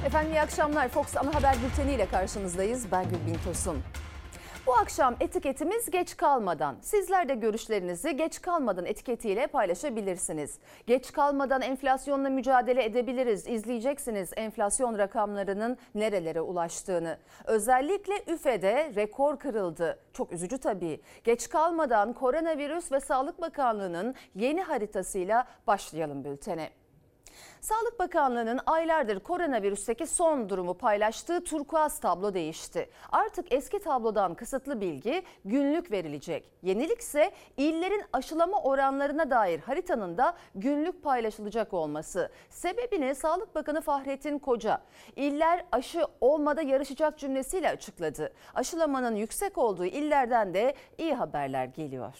Efendim iyi akşamlar. Fox Ana Haber Bülteni ile karşınızdayız. Ben Gülbin Tosun. Bu akşam etiketimiz geç kalmadan. Sizler de görüşlerinizi geç kalmadan etiketiyle paylaşabilirsiniz. Geç kalmadan enflasyonla mücadele edebiliriz. İzleyeceksiniz enflasyon rakamlarının nerelere ulaştığını. Özellikle üfede rekor kırıldı. Çok üzücü tabii. Geç kalmadan Koronavirüs ve Sağlık Bakanlığı'nın yeni haritasıyla başlayalım bültene. Sağlık Bakanlığı'nın aylardır koronavirüsteki son durumu paylaştığı turkuaz tablo değişti. Artık eski tablodan kısıtlı bilgi günlük verilecek. Yenilik ise illerin aşılama oranlarına dair haritanın da günlük paylaşılacak olması. Sebebini Sağlık Bakanı Fahrettin Koca, "İller aşı olmada yarışacak" cümlesiyle açıkladı. Aşılamanın yüksek olduğu illerden de iyi haberler geliyor.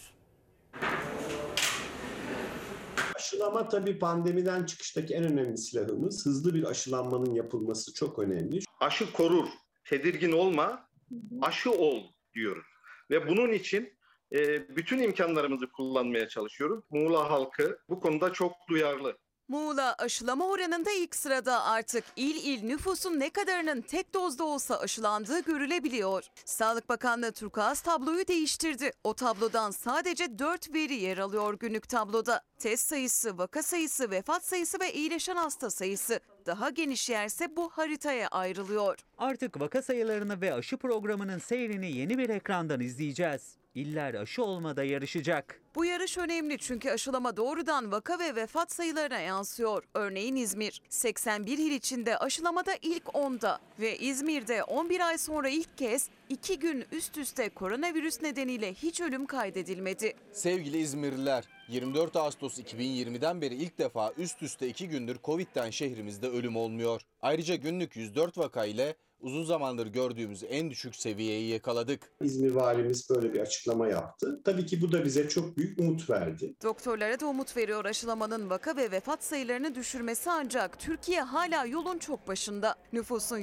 Aşılama tabii pandemiden çıkıştaki en önemli silahımız. Hızlı bir aşılanmanın yapılması çok önemli. Aşı korur, tedirgin olma, aşı ol diyoruz. Ve bunun için bütün imkanlarımızı kullanmaya çalışıyoruz. Muğla halkı bu konuda çok duyarlı. Muğla aşılama oranında ilk sırada. Artık il nüfusun ne kadarının tek dozda olsa aşılandığı görülebiliyor. Sağlık Bakanlığı turkuaz tabloyu değiştirdi. O tablodan sadece 4 veri yer alıyor günlük tabloda. Test sayısı, vaka sayısı, vefat sayısı ve iyileşen hasta sayısı. Daha geniş yerse bu haritaya ayrılıyor. Artık vaka sayılarını ve aşı programının seyrini yeni bir ekrandan izleyeceğiz. İller aşı olmada yarışacak. Bu yarış önemli çünkü aşılama doğrudan vaka ve vefat sayılarına yansıyor. Örneğin İzmir 81 il içinde aşılamada ilk 10'da ve İzmir'de 11 ay sonra ilk kez 2 gün üst üste koronavirüs nedeniyle hiç ölüm kaydedilmedi. Sevgili İzmirliler, 24 Ağustos 2020'den beri ilk defa üst üste 2 gündür Covid'den şehrimizde ölüm olmuyor. Ayrıca günlük 104 vaka ile uzun zamandır gördüğümüz en düşük seviyeyi yakaladık. İzmir valimiz böyle bir açıklama yaptı. Tabii ki bu da bize çok büyük umut verdi. Doktorlara da umut veriyor aşılamanın vaka ve vefat sayılarını düşürmesi, ancak Türkiye hala yolun çok başında. Nüfusun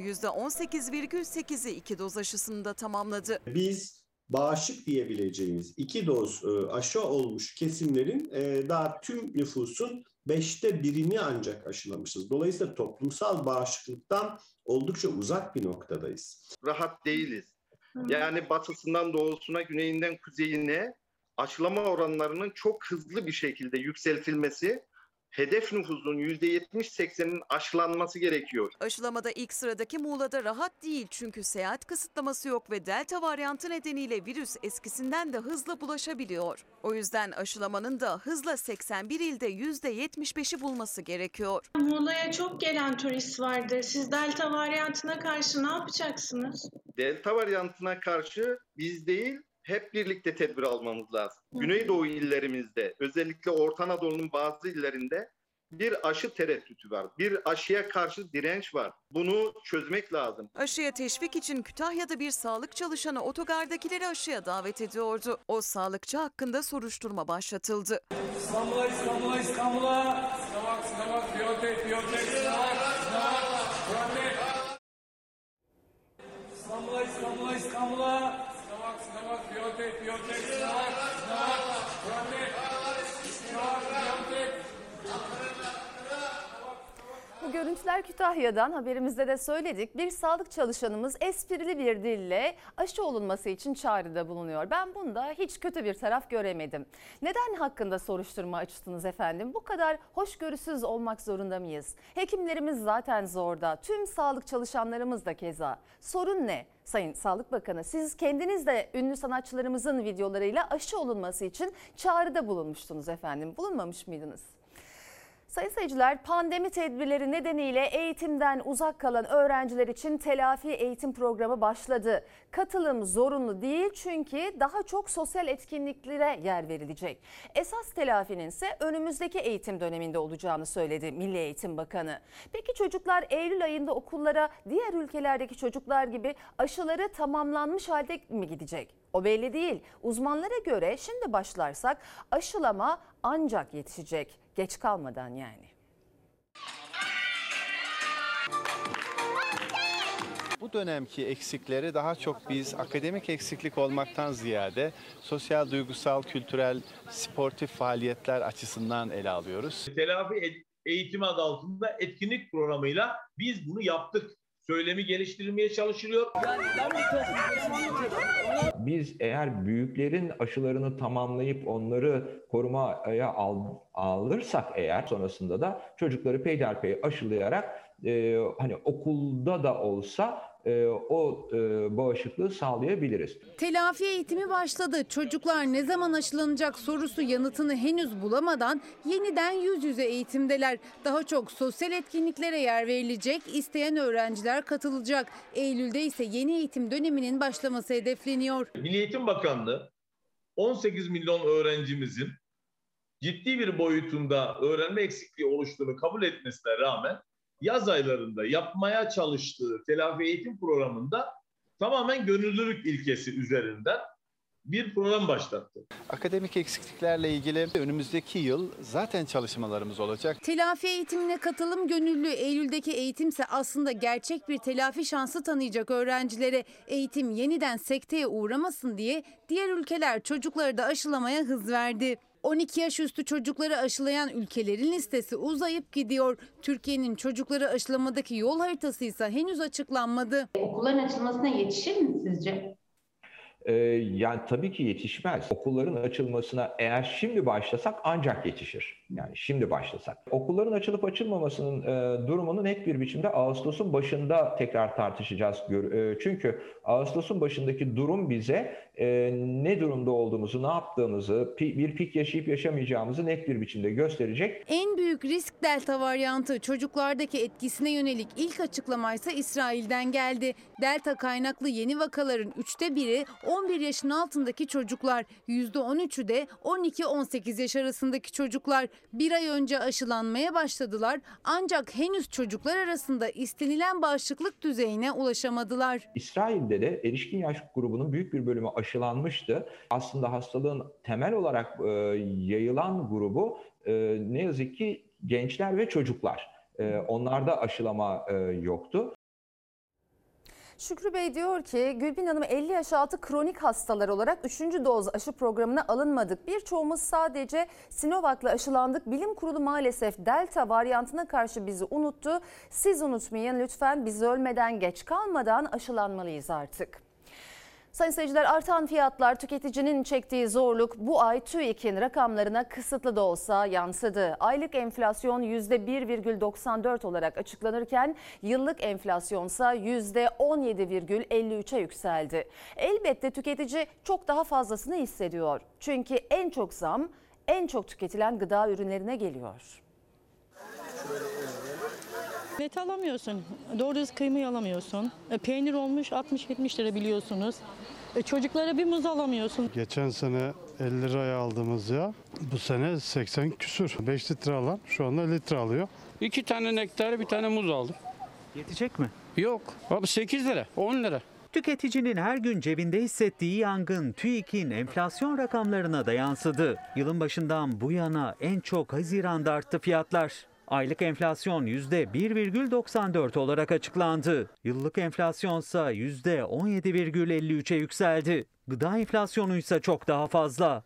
%18,8'i 2 doz aşısını da tamamladı. Biz bağışık diyebileceğimiz 2 doz aşı olmuş kesimlerin daha tüm nüfusun 5'te 1'ini ancak aşılamışız. Dolayısıyla toplumsal bağışıklıktan oldukça uzak bir noktadayız. Rahat değiliz. Yani batısından doğusuna, güneyinden kuzeyine aşılama oranlarının çok hızlı bir şekilde yükseltilmesi, hedef nüfusun %70-80'inin aşılanması gerekiyor. Aşılamada ilk sıradaki Muğla'da rahat değil çünkü seyahat kısıtlaması yok ve delta varyantı nedeniyle virüs eskisinden de hızlı bulaşabiliyor. O yüzden aşılamanın da hızla 81 ilde %75'i bulması gerekiyor. Muğla'ya çok gelen turist vardı. Siz delta varyantına karşı ne yapacaksınız? Delta varyantına karşı biz değil, hep birlikte tedbir almamız lazım. Güneydoğu illerimizde, özellikle Orta Anadolu'nun bazı illerinde bir aşı tereddütü var. Bir aşıya karşı direnç var. Bunu çözmek lazım. Aşıya teşvik için Kütahya'da bir sağlık çalışanı otogardakileri aşıya davet ediyordu. O sağlıkçı hakkında soruşturma başlatıldı. İstanbul'a, İstanbul'a, İstanbul'a. Sınavak, Biyotek, Sınavak, İstanbul'a, İstanbul'a, İstanbul'a. Sınavak, Biyotek, Sınavak, Bu görüntüler Kütahya'dan, haberimizde de söyledik. Bir sağlık çalışanımız esprili bir dille aşı olunması için çağrıda bulunuyor. Ben bunda hiç kötü bir taraf göremedim. Neden hakkında soruşturma açtınız efendim? Bu kadar hoşgörüsüz olmak zorunda mıyız? Hekimlerimiz zaten zorda. Tüm sağlık çalışanlarımız da keza. Sorun ne? Sayın Sağlık Bakanı, siz kendiniz de ünlü sanatçılarımızın videolarıyla aşı olunması için çağrıda bulunmuştunuz efendim. Bulunmamış mıydınız? Sayın seyirciler, pandemi tedbirleri nedeniyle eğitimden uzak kalan öğrenciler için telafi eğitim programı başladı. Katılım zorunlu değil çünkü daha çok sosyal etkinliklere yer verilecek. Esas telafinin ise önümüzdeki eğitim döneminde olacağını söyledi Milli Eğitim Bakanı. Peki çocuklar Eylül ayında okullara diğer ülkelerdeki çocuklar gibi aşıları tamamlanmış halde mi gidecek? O belli değil. Uzmanlara göre şimdi başlarsak aşılama ancak yetişecek. Geç kalmadan yani. Bu dönemki eksikleri daha çok biz akademik eksiklik olmaktan ziyade sosyal, duygusal, kültürel, sportif faaliyetler açısından ele alıyoruz. Telafi eğitimi adı altında etkinlik programıyla biz bunu yaptık. Söylemi geliştirilmeye çalışılıyor. Biz eğer büyüklerin aşılarını tamamlayıp onları korumaya alırsak eğer sonrasında da çocukları peyderpey aşılayarak hani okulda da olsa o bağışıklığı sağlayabiliriz. Telafi eğitimi başladı. Çocuklar ne zaman aşılanacak sorusu yanıtını henüz bulamadan yeniden yüz yüze eğitimdeler. Daha çok sosyal etkinliklere yer verilecek, isteyen öğrenciler katılacak. Eylül'de ise yeni eğitim döneminin başlaması hedefleniyor. Milli Eğitim Bakanlığı 18 milyon öğrencimizin ciddi bir boyutunda öğrenme eksikliği oluştuğunu kabul etmesine rağmen yaz aylarında yapmaya çalıştığı telafi eğitim programında tamamen gönüllülük ilkesi üzerinden bir program başlattı. Akademik eksikliklerle ilgili önümüzdeki yıl zaten çalışmalarımız olacak. Telafi eğitimine katılım gönüllü. Eylül'deki eğitimse aslında gerçek bir telafi şansı tanıyacak öğrencilere. Eğitim yeniden sekteye uğramasın diye diğer ülkeler çocukları da aşılamaya hız verdi. 12 yaş üstü çocukları aşılayan ülkelerin listesi uzayıp gidiyor. Türkiye'nin çocukları aşılamadaki yol haritası ise henüz açıklanmadı. Okulların açılmasına yetişir mi sizce? Yani tabii ki yetişmez. Okulların açılmasına eğer şimdi başlasak ancak yetişir. Yani şimdi başlasak. Okulların açılıp açılmamasının durumunu net bir biçimde Ağustos'un başında tekrar tartışacağız. Çünkü Ağustos'un başındaki durum bize ne durumda olduğumuzu, ne yaptığımızı, bir pik yaşayıp yaşamayacağımızı net bir biçimde gösterecek. En büyük risk Delta varyantı. Çocuklardaki etkisine yönelik ilk açıklamaysa İsrail'den geldi. Delta kaynaklı yeni vakaların 1/3'ü 11 yaşın altındaki çocuklar, %13'ü de 12-18 yaş arasındaki çocuklar. Bir ay önce aşılanmaya başladılar ancak henüz çocuklar arasında istenilen bağışıklık düzeyine ulaşamadılar. İsrail'de de erişkin yaş grubunun büyük bir bölümü aşılanmıştı. Aslında hastalığın temel olarak yayılan grubu ne yazık ki gençler ve çocuklar. Onlarda aşılama yoktu. Şükrü Bey diyor ki Gülbin Hanım 50 yaş altı kronik hastalar olarak 3. doz aşı programına alınmadık. Birçoğumuz sadece Sinovac'la aşılandık. Bilim Kurulu maalesef Delta varyantına karşı bizi unuttu. Siz unutmayın lütfen, biz ölmeden geç kalmadan aşılanmalıyız artık. Sayın seyirciler, artan fiyatlar, tüketicinin çektiği zorluk bu ay TÜİK'in rakamlarına kısıtlı da olsa yansıdı. Aylık enflasyon %1,94 olarak açıklanırken yıllık enflasyonsa %17,53'e yükseldi. Elbette tüketici çok daha fazlasını hissediyor. Çünkü en çok zam en çok tüketilen gıda ürünlerine geliyor. Et alamıyorsun. Doğru düz kıymayı alamıyorsun. Peynir olmuş 60-70 lira biliyorsunuz. Çocuklara bir muz alamıyorsun. Geçen sene 50 liraya aldığımız yağ bu sene 80 küsür. 5 litre alan şu anda 50 litre alıyor. 2 tane nektar, bir tane muz aldım. Yetecek mi? Yok. Abi 8 lira, 10 lira. Tüketicinin her gün cebinde hissettiği yangın TÜİK'in enflasyon rakamlarına da yansıdı. Yılın başından bu yana en çok Haziran'da arttı fiyatlar. Aylık enflasyon %1,94 olarak açıklandı. Yıllık enflasyonsa %17,53'e yükseldi. Gıda enflasyonu ise çok daha fazla.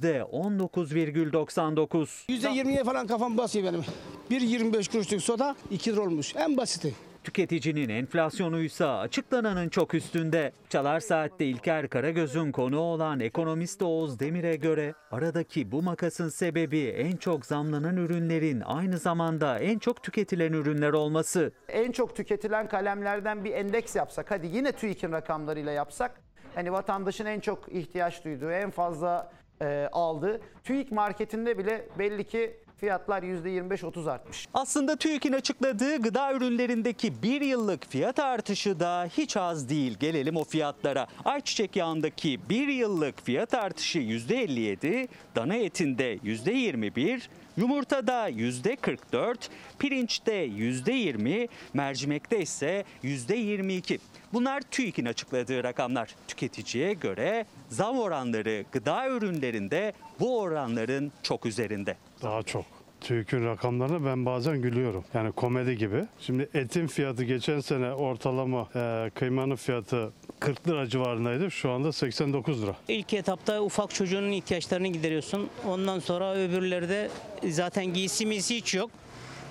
%19,99. %20'ye falan kafam basıyor benim. 1,25 kuruşluk soda 2 lira olmuş. En basiti. Tüketicinin enflasyonuysa açıklananın çok üstünde. Çalar Saat'te İlker Karagöz'ün konuğu olan ekonomist Oğuz Demir'e göre aradaki bu makasın sebebi en çok zamlanan ürünlerin aynı zamanda en çok tüketilen ürünler olması. En çok tüketilen kalemlerden bir endeks yapsak, hadi yine TÜİK'in rakamlarıyla yapsak, hani vatandaşın en çok ihtiyaç duyduğu, en fazla aldığı, TÜİK marketinde bile belli ki fiyatlar %25-30 artmış. Aslında TÜİK'in açıkladığı gıda ürünlerindeki bir yıllık fiyat artışı da hiç az değil. Gelelim o fiyatlara. Ayçiçek yağındaki bir yıllık fiyat artışı %57, dana etinde %21, yumurtada %44, pirinçte %20, mercimekte ise %22. Bunlar TÜİK'in açıkladığı rakamlar. Tüketiciye göre zam oranları gıda ürünlerinde bu oranların çok üzerinde. Daha çok. TÜİK'in rakamlarına ben bazen gülüyorum. Yani komedi gibi. Şimdi etin fiyatı geçen sene ortalama kıymanın fiyatı 40 lira civarındaydı. Şu anda 89 lira. İlk etapta ufak çocuğun ihtiyaçlarını gideriyorsun. Ondan sonra öbürleri de zaten giysi hiç yok.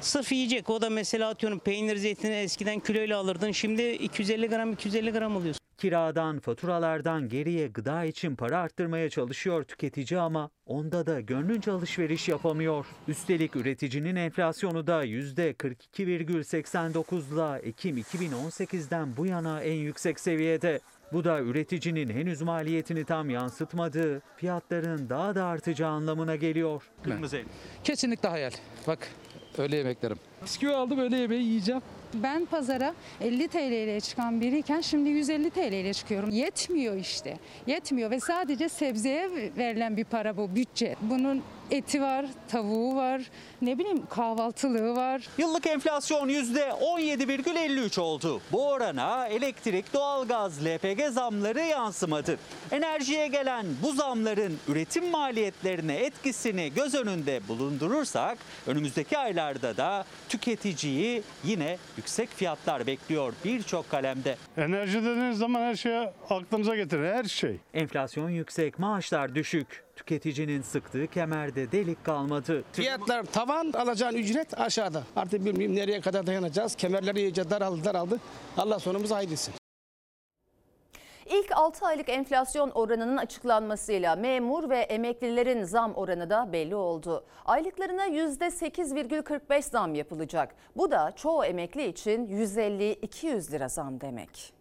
Sırf yiyecek. O da mesela atıyorum peynir, zeytini eskiden kiloyla alırdın. Şimdi 250 gram alıyorsun. Kiradan, faturalardan geriye gıda için para arttırmaya çalışıyor tüketici ama onda da gönlünce alışveriş yapamıyor. Üstelik üreticinin enflasyonu da %42,89'la Ekim 2018'den bu yana en yüksek seviyede. Bu da üreticinin henüz maliyetini tam yansıtmadığı, fiyatların daha da artacağı anlamına geliyor. Kırmızı el. Kesinlikle hayal. Bak öyle yemeklerim. Bisküvi aldım, öyle yemeği yiyeceğim. Ben pazara 50 TL ile çıkan biriyken şimdi 150 TL ile çıkıyorum. Yetmiyor işte. Yetmiyor ve sadece sebzeye verilen bir para bu, bütçe. Bunun eti var, tavuğu var, ne bileyim kahvaltılığı var. Yıllık enflasyon %17,53 oldu. Bu orana elektrik, doğalgaz, LPG zamları yansımadı. Enerjiye gelen bu zamların üretim maliyetlerine etkisini göz önünde bulundurursak önümüzdeki aylarda da tüketiciyi yine yüksek fiyatlar bekliyor birçok kalemde. Enerji dediğiniz zaman her şeye aklınıza getirir, her şey. Enflasyon yüksek, maaşlar düşük. Tüketicinin sıktığı kemerde delik kalmadı. Fiyatlar tavan, alacağın ücret aşağıda. Artık bilmiyorum nereye kadar dayanacağız. Kemerleri iyice daraldı. Allah sonumuzu hayırlısı. İlk 6 aylık enflasyon oranının açıklanmasıyla memur ve emeklilerin zam oranı da belli oldu. Aylıklarına %8,45 zam yapılacak. Bu da çoğu emekli için 150-200 lira zam demek.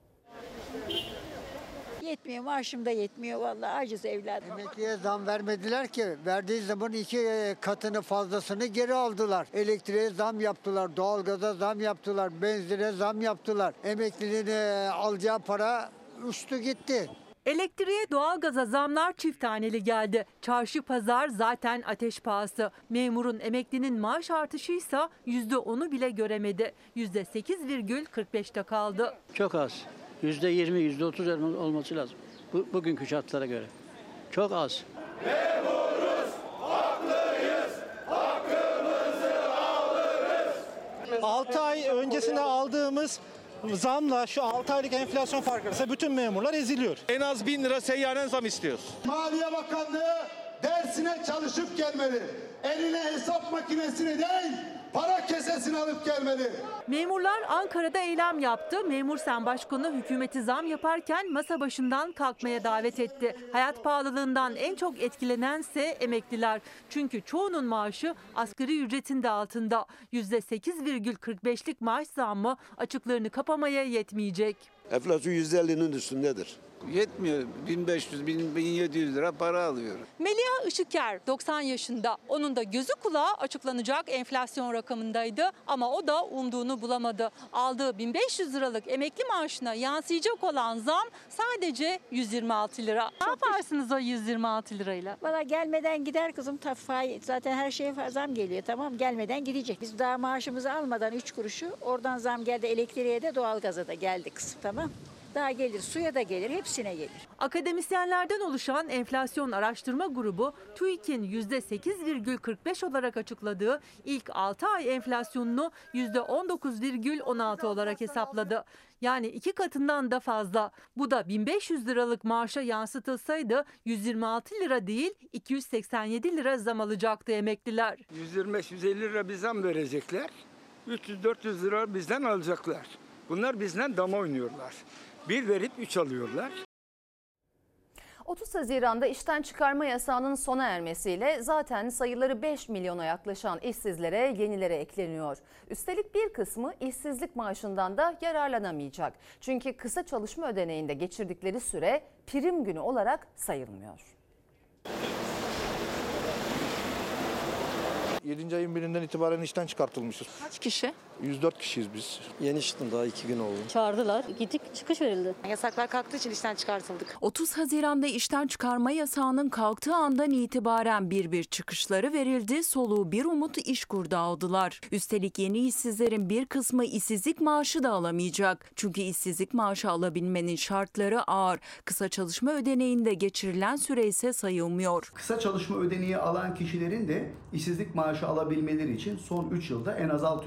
Yetmiyor, maaşım da yetmiyor vallahi, aciz evladım. Emekliye zam vermediler ki. Verdiği zaman 2 katını fazlasını geri aldılar. Elektriğe zam yaptılar, doğalgaza zam yaptılar, benzine zam yaptılar. Emeklinin alacağı para uçtu gitti. Elektriğe, doğalgaza zamlar çift taneli geldi. Çarşı pazar zaten ateş pahası. Memurun, emeklinin maaş artışıysa %10'u bile göremedi. %8,45'te kaldı. Çok az. %20, %30 olması lazım. Bugünkü şartlara göre. Çok az. Memuruz, haklıyız, hakkımızı alırız. 6 ay öncesinde aldığımız zamla şu 6 aylık enflasyon farkı arasında bütün memurlar eziliyor. En az 1000 lira seyyanen zam istiyoruz. Maliye Bakanlığı dersine çalışıp gelmeli. Eline hesap makinesini değil, para kesesini alıp gelmeli. Memurlar Ankara'da eylem yaptı. Memur Sen Başkanı hükümeti zam yaparken masa başından kalkmaya davet etti. Hayat pahalılığından en çok etkilenense emekliler. Çünkü çoğunun maaşı asgari ücretin de altında. %8,45'lik maaş zammı açıklarını kapamaya yetmeyecek. Enflasyon %50'nin üstündedir. Yetmiyor. 1500-1700 lira para alıyor. Melia Işıker 90 yaşında. Onun da gözü kulağı açıklanacak enflasyon rakamındaydı ama o da umduğunu bulamadı. Aldığı 1500 liralık emekli maaşına yansıyacak olan zam sadece 126 lira. Ne yaparsınız o 126 lirayla? Valla gelmeden gider kızım, zaten her şeye zam geliyor, tamam, gelmeden gidecek. Biz daha maaşımızı almadan 3 kuruşu oradan zam geldi, elektriğe de doğalgaza da geldi kızım, tamam. Daha gelir, suya da gelir, hepsine gelir. Akademisyenlerden oluşan enflasyon araştırma grubu TÜİK'in %8,45 olarak açıkladığı ilk 6 ay enflasyonunu %19,16 olarak hesapladı. Yani 2 katından da fazla. Bu da 1500 liralık maaşa yansıtılsaydı 126 lira değil 287 lira zam alacaktı emekliler. 125-150 lira bir zam verecekler. 300-400 lira bizden alacaklar. Bunlar bizden dama oynuyorlar. 1 verip 3 alıyorlar. 30 Haziran'da işten çıkarma yasağının sona ermesiyle zaten sayıları 5 milyona yaklaşan işsizlere yenileri ekleniyor. Üstelik bir kısmı işsizlik maaşından da yararlanamayacak. Çünkü kısa çalışma ödeneğinde geçirdikleri süre prim günü olarak sayılmıyor. 7. ayın birinden itibaren işten çıkartılmışız. Kaç kişi? 104 kişiyiz biz. Yeni çıktım, daha 2 gün oldu. Çağırdılar, gittik, çıkış verildi. Yasaklar kalktığı için işten çıkartıldık. 30 Haziran'da işten çıkarma yasağının kalktığı andan itibaren bir çıkışları verildi, soluğu bir umut İşkur'da aldılar. Üstelik yeni işsizlerin bir kısmı işsizlik maaşı da alamayacak. Çünkü işsizlik maaşı alabilmenin şartları ağır. Kısa çalışma ödeneğinde geçirilen süre ise sayılmıyor. Kısa çalışma ödeneği alan kişilerin de işsizlik maaşı alabilmeleri için son 3 yılda en az 600,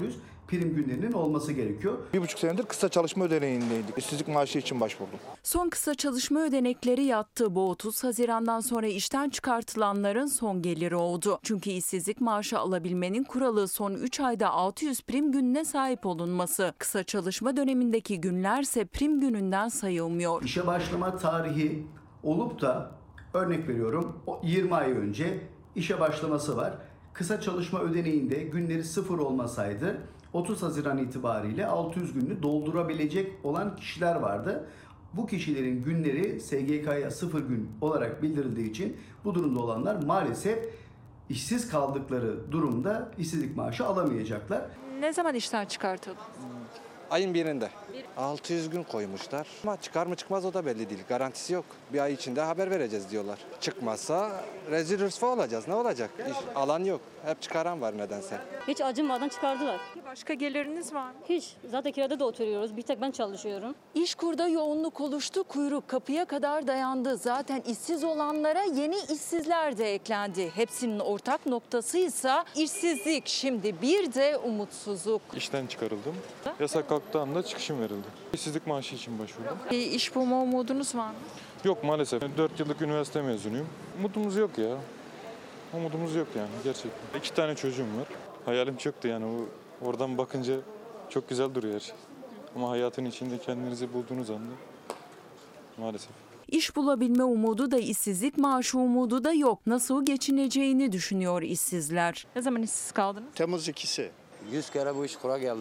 prim günlerinin olması gerekiyor. 1,5 senedir kısa çalışma ödeneğindeydik. İşsizlik maaşı için başvurdum. Son kısa çalışma ödenekleri yattı. Bu 30 Haziran'dan sonra işten çıkartılanların son geliri oldu. Çünkü işsizlik maaşı alabilmenin kuralı son 3 ayda 600 prim gününe sahip olunması. Kısa çalışma dönemindeki günlerse prim gününden sayılmıyor. İşe başlama tarihi olup da örnek veriyorum 20 ay önce işe başlaması var. Kısa çalışma ödeneğinde günleri 0 olmasaydı 30 Haziran itibariyle 600 gününü doldurabilecek olan kişiler vardı. Bu kişilerin günleri SGK'ya 0 gün olarak bildirildiği için bu durumda olanlar maalesef işsiz kaldıkları durumda işsizlik maaşı alamayacaklar. Ne zaman işten çıkartıldı? Ayın birinde. 600 gün koymuşlar. Ama çıkar mı çıkmaz o da belli değil. Garantisi yok. Bir ay içinde haber vereceğiz diyorlar. Çıkmazsa rezil rüsva olacağız. Ne olacak? İş, alan yok. Hep çıkaran var nedense. Hiç acımadan çıkardılar. Başka geliriniz var mı? Hiç. Zaten kirada da oturuyoruz. Bir tek ben çalışıyorum. İşkur'da yoğunluk oluştu, kuyruk kapıya kadar dayandı. Zaten işsiz olanlara yeni işsizler de eklendi. Hepsinin ortak noktası ise işsizlik. Şimdi bir de umutsuzluk. İşten çıkarıldım. Yasak kalktığı anda çıkışım verildi. İşsizlik maaşı için başvurdum. Bir iş bulma umudunuz var mı? Yok maalesef. 4 yıllık üniversite mezunuyum. Umudumuz yok ya. Umudumuz yok yani gerçekten. 2 tane çocuğum var. Hayalim çoktu yani. Oradan bakınca çok güzel duruyor her şey. Ama hayatın içinde kendinizi bulduğunuz anda maalesef. İş bulabilme umudu da işsizlik maaşı umudu da yok. Nasıl geçineceğini düşünüyor işsizler. Ne zaman işsiz kaldınız? Temmuz 2'si. 100 kere bu iş kura geldi.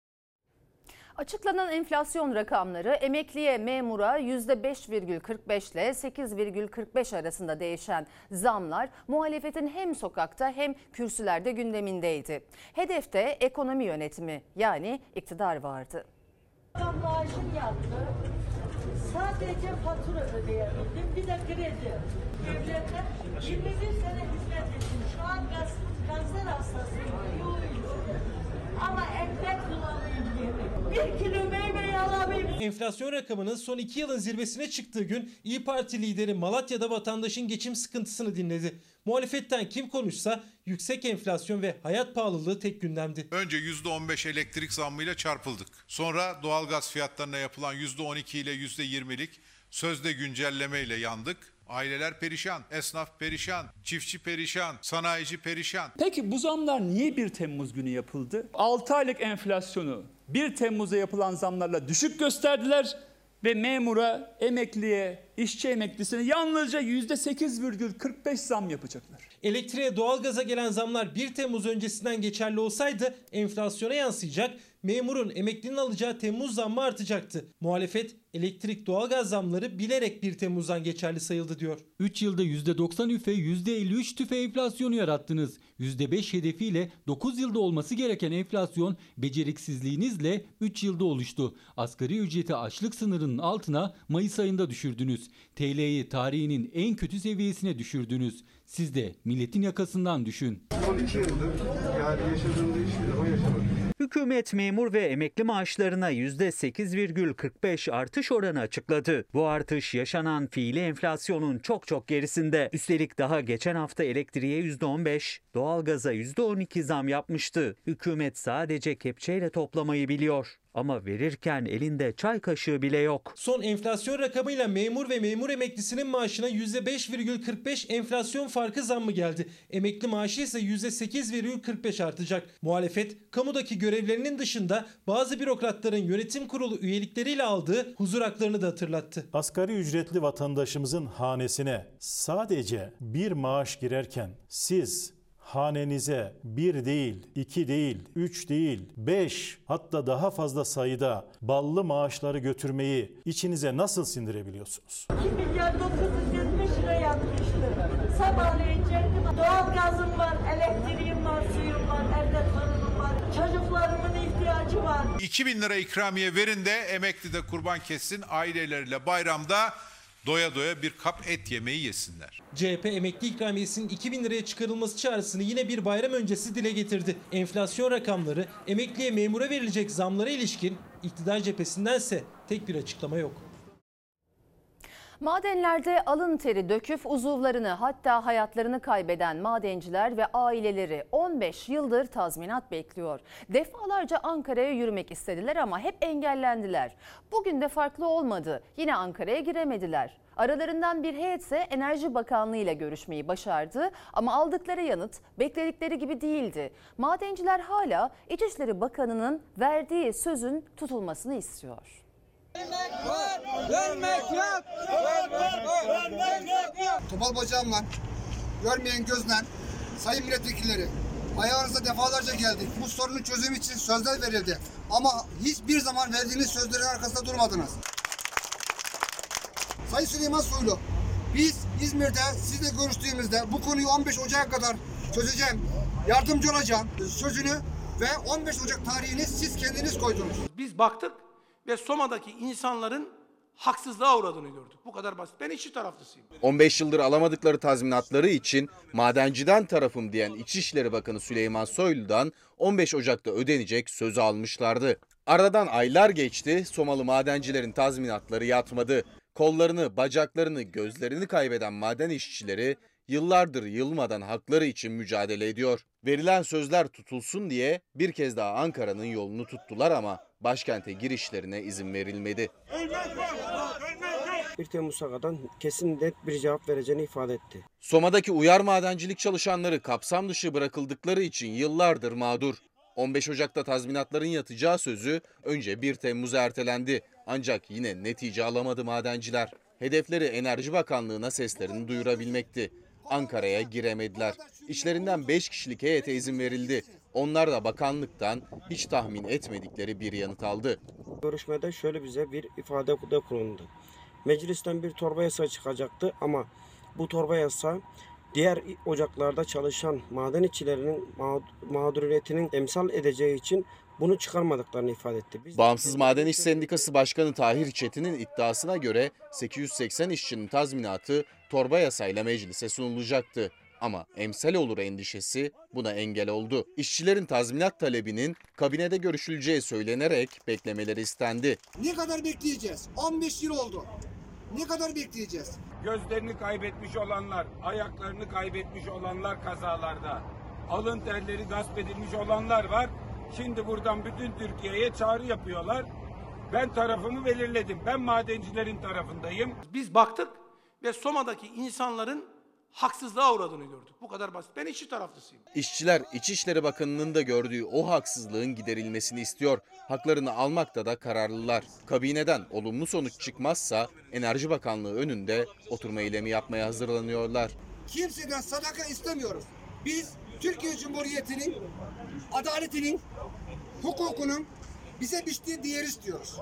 Açıklanan enflasyon rakamları emekliye, memura %5,45 ile 8,45 arasında değişen zamlar muhalefetin hem sokakta hem kürsülerde gündemindeydi. Hedefte ekonomi yönetimi yani iktidar vardı. Maaşım yattı. Sadece fatura ödeyebildim. Bir de kredi. Devlete 21 sene hizmet ettim. Şu an kanser hastasıyım. Ama ekmek bulamıyorum diye. 1 kilo meyveyi alamıyorum. Enflasyon rakamının son 2 yılın zirvesine çıktığı gün İYİ Parti lideri Malatya'da vatandaşın geçim sıkıntısını dinledi. Muhalefetten kim konuşsa yüksek enflasyon ve hayat pahalılığı tek gündemdi. Önce %15 elektrik zammıyla çarpıldık. Sonra doğalgaz fiyatlarına yapılan %12 ile %20'lik sözde güncelleme ile yandık. Aileler perişan, esnaf perişan, çiftçi perişan, sanayici perişan. Peki bu zamlar niye 1 Temmuz günü yapıldı? 6 aylık enflasyonu 1 Temmuz'a yapılan zamlarla düşük gösterdiler ve memura, emekliye, işçi emeklisine yalnızca %8,45 zam yapacaklar. Elektriğe, doğalgaza gelen zamlar 1 Temmuz öncesinden geçerli olsaydı enflasyona yansıyacak, memurun, emeklinin alacağı Temmuz zammı artacaktı. Muhalefet elektrik, doğalgaz zamları bilerek 1 Temmuz'dan geçerli sayıldı diyor. 3 yılda %90 üfe, %53 tüfe enflasyonu yarattınız. %5 hedefiyle 9 yılda olması gereken enflasyon beceriksizliğinizle 3 yılda oluştu. Asgari ücreti açlık sınırının altına Mayıs ayında düşürdünüz. TL'yi tarihinin en kötü seviyesine düşürdünüz. Siz de milletin yakasından düşün. Son 2 yıldır yani yaşadığım değişimleri o yaşamadı. Hükümet memur ve emekli maaşlarına %8,45 artış oranı açıkladı. Bu artış yaşanan fiili enflasyonun çok gerisinde. Üstelik daha geçen hafta elektriğe %15, doğalgaza %12 zam yapmıştı. Hükümet sadece kepçeyle toplamayı biliyor. Ama verirken elinde çay kaşığı bile yok. Son enflasyon rakamıyla memur ve memur emeklisinin maaşına %5,45 enflasyon farkı zammı geldi. Emekli maaşı ise %8,45 artacak. Muhalefet, kamudaki görevlerinin dışında bazı bürokratların yönetim kurulu üyelikleriyle aldığı huzur haklarını da hatırlattı. Asgari ücretli vatandaşımızın hanesine sadece bir maaş girerken siz hanenize 1 değil, 2 değil, 3 değil, 5 hatta daha fazla sayıda ballı maaşları götürmeyi içinize nasıl sindirebiliyorsunuz? 2 milyar 970 lira yatmıştı. Sabahleyin cendim, doğalgazım var, elektriğim var, suyum var, evde torunum var, çocuklarımın ihtiyacı var. 2.000 lira ikramiye verin de emekli de kurban kessin, aileleriyle bayramda doya doya bir kap et yemeği yesinler. CHP emekli ikramiyesinin 2.000 liraya çıkarılması çağrısını yine bir bayram öncesi dile getirdi. Enflasyon rakamları, emekliye, memura verilecek zamlara ilişkin iktidar cephesindense tek bir açıklama yok. Madenlerde alın teri döküp uzuvlarını hatta hayatlarını kaybeden madenciler ve aileleri 15 yıldır tazminat bekliyor. Defalarca Ankara'ya yürümek istediler ama hep engellendiler. Bugün de farklı olmadı. Yine Ankara'ya giremediler. Aralarından bir heyetse Enerji Bakanlığı ile görüşmeyi başardı ama aldıkları yanıt bekledikleri gibi değildi. Madenciler hala İçişleri Bakanı'nın verdiği sözün tutulmasını istiyor. Ölmek yok. Topal bacağım var. Görmeyen gözden. Sayın milletvekilleri, ayağınıza defalarca geldik. Bu sorunun çözümü için sözler verildi. Ama hiçbir zaman verdiğiniz sözlerin arkasında durmadınız. Sayın Süleyman Soylu, biz İzmir'de sizle görüştüğümüzde bu konuyu 15 Ocak'a kadar çözeceğim, yardımcı olacağım sözünü ve 15 Ocak tarihini siz kendiniz koydunuz. Biz baktık ve Soma'daki insanların haksızlığa uğradığını gördük. Bu kadar basit. Ben işçi taraflısıyım. 15 yıldır alamadıkları tazminatları için madenciden tarafım diyen İçişleri Bakanı Süleyman Soylu'dan 15 Ocak'ta ödenecek sözü almışlardı. Aradan aylar geçti, Somalı madencilerin tazminatları yatmadı. Kollarını, bacaklarını, gözlerini kaybeden maden işçileri yıllardır yılmadan hakları için mücadele ediyor. Verilen sözler tutulsun diye bir kez daha Ankara'nın yolunu tuttular ama başkente girişlerine izin verilmedi. 1 Temmuz'a kadar kesin net bir cevap vereceğini ifade etti. Soma'daki uyar madencilik çalışanları kapsam dışı bırakıldıkları için yıllardır mağdur. 15 Ocak'ta tazminatların yatacağı sözü önce 1 Temmuz'a ertelendi. Ancak yine netice alamadı madenciler. Hedefleri Enerji Bakanlığı'na seslerini duyurabilmekti. Ankara'ya giremediler. İçlerinden 5 kişilik heyete izin verildi. Onlar da bakanlıktan hiç tahmin etmedikleri bir yanıt aldı. Görüşmede şöyle bize bir ifade kullanıldı. Meclisten bir torba yasa çıkacaktı ama bu torba yasa diğer ocaklarda çalışan maden işçilerinin mağduriyetinin emsal edeceği için bunu çıkarmadıklarını ifade etti. Bağımsız Maden İş Sendikası Başkanı Tahir Çetin'in iddiasına göre 880 işçinin tazminatı torba yasayla meclise sunulacaktı. Ama emsal olur endişesi buna engel oldu. İşçilerin tazminat talebinin kabinede görüşüleceği söylenerek beklemeleri istendi. Ne kadar bekleyeceğiz? 15 yıl oldu. Ne kadar bekleyeceğiz? Gözlerini kaybetmiş olanlar, ayaklarını kaybetmiş olanlar kazalarda, alın terleri gasp edilmiş olanlar var. Şimdi buradan bütün Türkiye'ye çağrı yapıyorlar. Ben tarafımı belirledim. Ben madencilerin tarafındayım. Biz baktık ve Soma'daki insanların haksızlığa uğradığını gördük. Bu kadar basit. Ben işçi taraflısıyım. İşçiler İçişleri Bakanı'nın da gördüğü o haksızlığın giderilmesini istiyor. Haklarını almakta da kararlılar. Kabineden olumlu sonuç çıkmazsa Enerji Bakanlığı önünde oturma eylemi yapmaya hazırlanıyorlar. Kimseden sadaka istemiyoruz. Biz Türkiye Cumhuriyeti'nin adaletinin, hukukunun bize biçtiği değeri istiyoruz.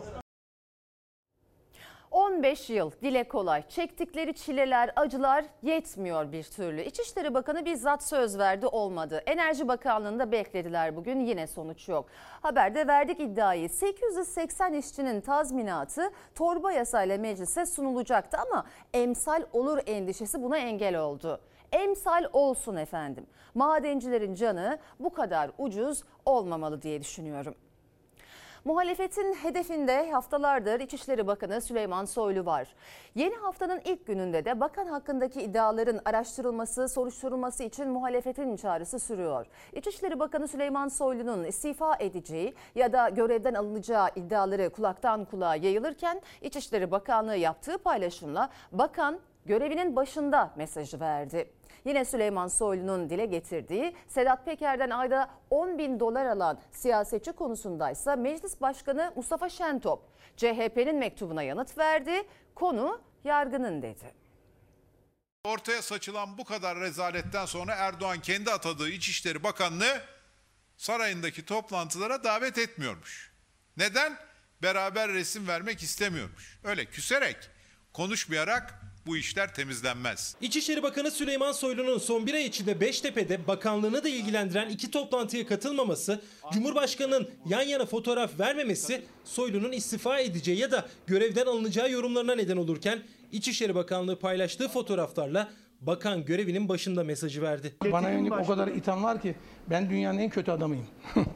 15 yıl dile kolay. Çektikleri çileler, acılar yetmiyor bir türlü. İçişleri Bakanı bizzat söz verdi, olmadı. Enerji Bakanlığı'nda beklediler, bugün yine sonuç yok. Haberde verdik iddiayı. 880 işçinin tazminatı torba yasayla meclise sunulacaktı ama emsal olur endişesi buna engel oldu. Emsal olsun efendim. Madencilerin canı bu kadar ucuz olmamalı diye düşünüyorum. Muhalefetin hedefinde haftalardır İçişleri Bakanı Süleyman Soylu var. Yeni haftanın ilk gününde de bakan hakkındaki iddiaların araştırılması, soruşturulması için muhalefetin çağrısı sürüyor. İçişleri Bakanı Süleyman Soylu'nun istifa edeceği ya da görevden alınacağı iddiaları kulaktan kulağa yayılırken İçişleri Bakanlığı yaptığı paylaşımla bakan görevinin başında mesajı verdi. Yine Süleyman Soylu'nun dile getirdiği Sedat Peker'den ayda 10.000 dolar alan siyasetçi konusundaysa Meclis Başkanı Mustafa Şentop CHP'nin mektubuna yanıt verdi. Konu yargının dedi. Ortaya saçılan bu kadar rezaletten sonra Erdoğan kendi atadığı İçişleri Bakanlığı sarayındaki toplantılara davet etmiyormuş. Neden? Beraber resim vermek istemiyormuş. Öyle küserek, konuşmayarak bu işler temizlenmez. İçişleri Bakanı Süleyman Soylu'nun son bir ay içinde Beştepe'de bakanlığını da ilgilendiren 2 toplantıya katılmaması, Cumhurbaşkanı'nın yan yana fotoğraf vermemesi, Soylu'nun istifa edeceği ya da görevden alınacağı yorumlarına neden olurken İçişleri Bakanlığı paylaştığı fotoğraflarla bakan görevinin başında mesajı verdi. Bana yönelik o kadar itham var ki ben dünyanın en kötü adamıyım.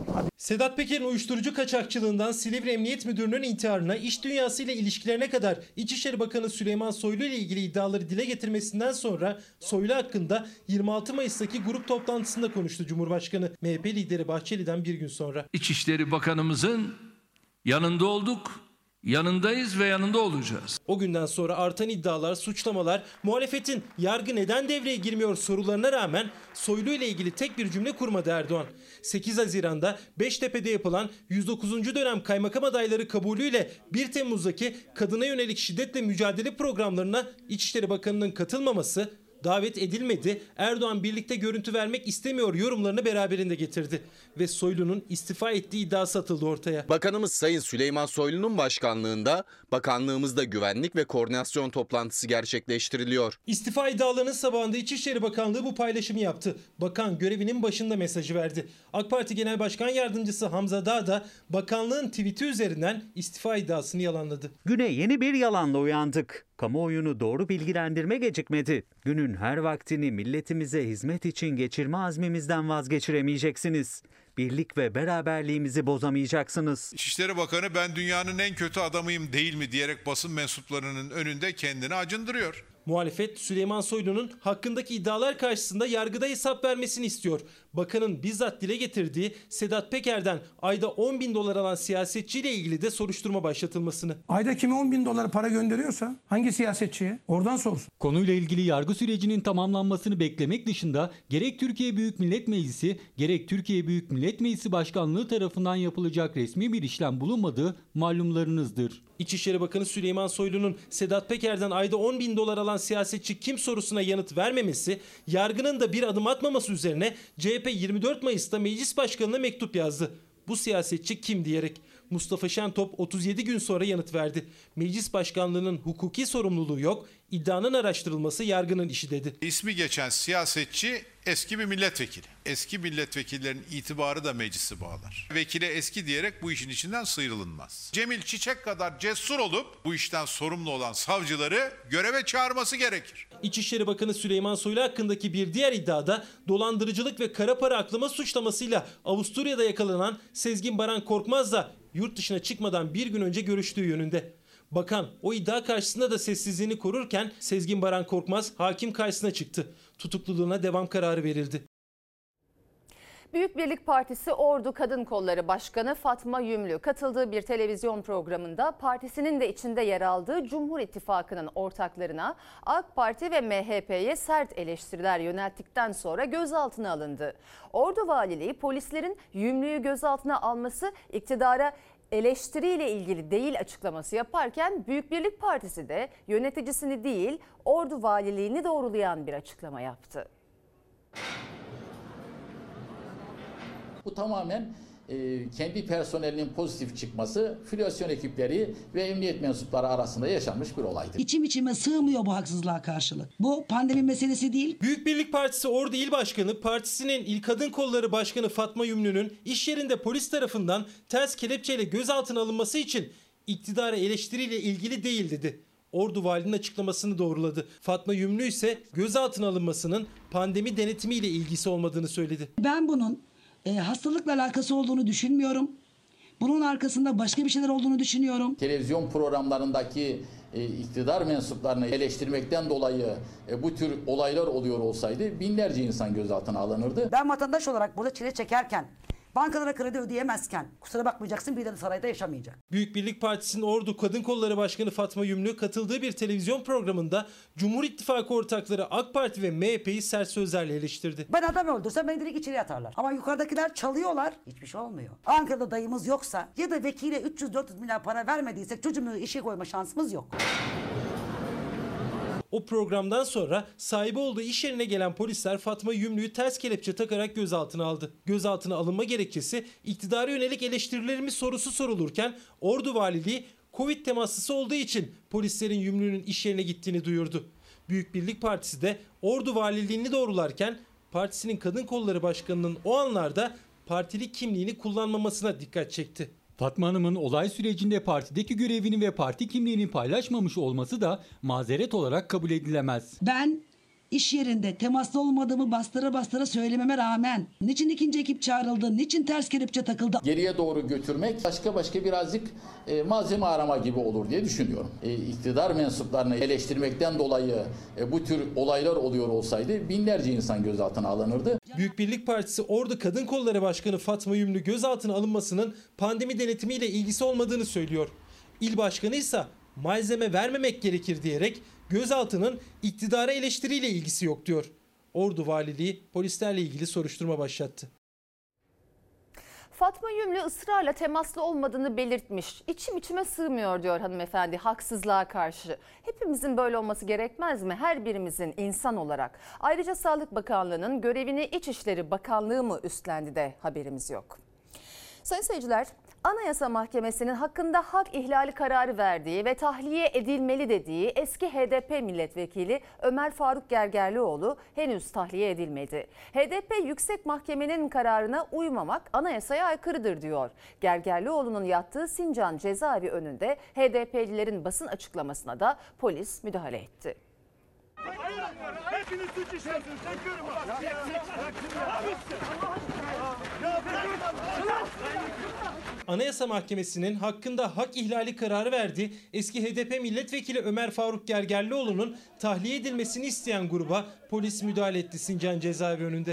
Sedat Peker'in uyuşturucu kaçakçılığından Silivri Emniyet Müdürü'nün intiharına, iş dünyasıyla ilişkilerine kadar İçişleri Bakanı Süleyman Soylu ile ilgili iddiaları dile getirmesinden sonra Soylu hakkında 26 Mayıs'taki grup toplantısında konuştu Cumhurbaşkanı. MHP lideri Bahçeli'den bir gün sonra. İçişleri Bakanımızın yanında olduk, yanındayız ve yanında olacağız. O günden sonra artan iddialar, suçlamalar, muhalefetin yargı neden devreye girmiyor sorularına rağmen Soylu ile ilgili tek bir cümle kurmadı Erdoğan. 8 Haziran'da Beştepe'de yapılan 109. dönem kaymakam adayları kabulüyle 1 Temmuz'daki kadına yönelik şiddetle mücadele programlarına İçişleri Bakanı'nın katılmaması, davet edilmedi, Erdoğan birlikte görüntü vermek istemiyor yorumlarını beraberinde getirdi. Ve Soylu'nun istifa ettiği iddiası atıldı ortaya. Bakanımız Sayın Süleyman Soylu'nun başkanlığında bakanlığımızda güvenlik ve koordinasyon toplantısı gerçekleştiriliyor. İstifa iddialarının sabahında İçişleri Bakanlığı bu paylaşımı yaptı. Bakan görevinin başında mesajı verdi. AK Parti Genel Başkan Yardımcısı Hamza Dağ da bakanlığın tweet'i üzerinden istifa iddiasını yalanladı. Güne yeni bir yalanla uyandık. Kamuoyunu doğru bilgilendirme gecikmedi. Günün her vaktini milletimize hizmet için geçirme azmimizden vazgeçiremeyeceksiniz. Birlik ve beraberliğimizi bozamayacaksınız. İçişleri Bakanı ben dünyanın en kötü adamıyım değil mi diyerek basın mensuplarının önünde kendini acındırıyor. Muhalefet Süleyman Soylu'nun hakkındaki iddialar karşısında yargıda hesap vermesini istiyor. Bakanın bizzat dile getirdiği Sedat Peker'den ayda 10.000 dolar alan siyasetçiyle ilgili de soruşturma başlatılmasını. Ayda kime 10.000 dolar para gönderiyorsa hangi siyasetçiye oradan sorsun. Konuyla ilgili yargı sürecinin tamamlanmasını beklemek dışında gerek Türkiye Büyük Millet Meclisi gerek Türkiye Büyük Millet Meclisi Başkanlığı tarafından yapılacak resmi bir işlem bulunmadığı malumlarınızdır. İçişleri Bakanı Süleyman Soylu'nun Sedat Peker'den ayda 10.000 dolar alan siyasetçi kim sorusuna yanıt vermemesi, yargının da bir adım atmaması üzerine CHP 24 Mayıs'ta Meclis Başkanı'na mektup yazdı. Bu siyasetçi kim diyerek. Mustafa Şentop 37 gün sonra yanıt verdi. Meclis Başkanlığı'nın hukuki sorumluluğu yok, iddianın araştırılması yargının işi dedi. İsmi geçen siyasetçi eski bir milletvekili. Eski milletvekillerinin itibarı da meclisi bağlar. Vekile eski diyerek bu işin içinden sıyrılınmaz. Cemil Çiçek kadar cesur olup bu işten sorumlu olan savcıları göreve çağırması gerekir. İçişleri Bakanı Süleyman Soylu hakkındaki bir diğer iddiada dolandırıcılık ve kara para aklama suçlamasıyla Avusturya'da yakalanan Sezgin Baran Korkmaz da yurt dışına çıkmadan bir gün önce görüştüğü yönünde. Bakan o iddia karşısında da sessizliğini korurken Sezgin Baran Korkmaz hakim karşısına çıktı. Tutukluluğuna devam kararı verildi. Büyük Birlik Partisi Ordu Kadın Kolları Başkanı Fatma Yümlü katıldığı bir televizyon programında partisinin de içinde yer aldığı Cumhur İttifakı'nın ortaklarına AK Parti ve MHP'ye sert eleştiriler yönelttikten sonra gözaltına alındı. Ordu Valiliği polislerin Yümlü'yü gözaltına alması iktidara eleştiriyle ilgili değil açıklaması yaparken Büyük Birlik Partisi de yöneticisini değil Ordu Valiliğini doğrulayan bir açıklama yaptı. Bu tamamen kendi personelinin pozitif çıkması, filyasyon ekipleri ve emniyet mensupları arasında yaşanmış bir olaydır. İçim içime sığmıyor bu haksızlığa karşılık. Bu pandemi meselesi değil. Büyük Birlik Partisi Ordu İl Başkanı, partisinin İl Kadın Kolları Başkanı Fatma Yümlü'nün iş yerinde polis tarafından ters kelepçeyle gözaltına alınması için iktidara eleştiriyle ilgili değil dedi. Ordu Valinin açıklamasını doğruladı. Fatma Yümlü ise gözaltına alınmasının pandemi denetimiyle ilgisi olmadığını söyledi. Ben bunun hastalıkla alakası olduğunu düşünmüyorum. Bunun arkasında başka bir şeyler olduğunu düşünüyorum. Televizyon programlarındaki iktidar mensuplarını eleştirmekten dolayı bu tür olaylar oluyor olsaydı binlerce insan gözaltına alınırdı. Ben vatandaş olarak burada çile çekerken, bankalara kredi ödeyemezken kusura bakmayacaksın bir de sarayda yaşamayacak. Büyük Birlik Partisi'nin Ordu Kadın Kolları Başkanı Fatma Yümlü katıldığı bir televizyon programında Cumhur İttifakı ortakları AK Parti ve MHP'yi sert sözlerle eleştirdi. Ben adam öldürsem beni direkt içeri atarlar. Ama yukarıdakiler çalıyorlar. Hiçbir şey olmuyor. Ankara'da dayımız yoksa ya da vekile 300-400 milyar para vermediysek çocuğumu işe koyma şansımız yok. O programdan sonra sahibi olduğu iş yerine gelen polisler Fatma Yümlü'yü ters kelepçe takarak gözaltına aldı. Gözaltına alınma gerekçesi iktidara yönelik eleştirilerimiz sorusu sorulurken Ordu Valiliği Covid temaslısı olduğu için polislerin Yümlü'nün iş yerine gittiğini duyurdu. Büyük Birlik Partisi de Ordu Valiliğini doğrularken partisinin Kadın Kolları Başkanı'nın o anlarda partili kimliğini kullanmamasına dikkat çekti. Fatma Hanım'ın olay sürecinde partideki görevini ve parti kimliğini paylaşmamış olması da mazeret olarak kabul edilemez. Ben İş yerinde temaslı olmadığımı bastıra bastıra söylememe rağmen niçin ikinci ekip çağrıldı, niçin ters kelepçe takıldı? Geriye doğru götürmek başka birazcık malzeme arama gibi olur diye düşünüyorum. İktidar mensuplarını eleştirmekten dolayı bu tür olaylar oluyor olsaydı binlerce insan gözaltına alınırdı. Büyük Birlik Partisi Ordu Kadın Kolları Başkanı Fatma Yümlü gözaltına alınmasının pandemi denetimiyle ilgisi olmadığını söylüyor. İl başkanı ise malzeme vermemek gerekir diyerek gözaltının iktidara eleştiriyle ilgisi yok diyor. Ordu Valiliği polislerle ilgili soruşturma başlattı. Fatma Yümlü ısrarla temaslı olmadığını belirtmiş. İçim içime sığmıyor diyor hanımefendi haksızlığa karşı. Hepimizin böyle olması gerekmez mi? Her birimizin insan olarak. Ayrıca Sağlık Bakanlığı'nın görevini İçişleri Bakanlığı mı üstlendi de haberimiz yok. Sayın seyirciler, Anayasa Mahkemesi'nin hakkında hak ihlali kararı verdiği ve tahliye edilmeli dediği eski HDP milletvekili Ömer Faruk Gergerlioğlu henüz tahliye edilmedi. HDP Yüksek Mahkemenin kararına uymamak anayasaya aykırıdır diyor. Gergerlioğlu'nun yattığı Sincan cezaevi önünde HDP'lilerin basın açıklamasına da polis müdahale etti. Hepiniz suç işliyorsunuz. Çekiyorum. Anayasa Mahkemesi'nin hakkında hak ihlali kararı verdiği eski HDP milletvekili Ömer Faruk Gergerlioğlu'nun tahliye edilmesini isteyen gruba polis müdahale etti Sincan cezaevi önünde.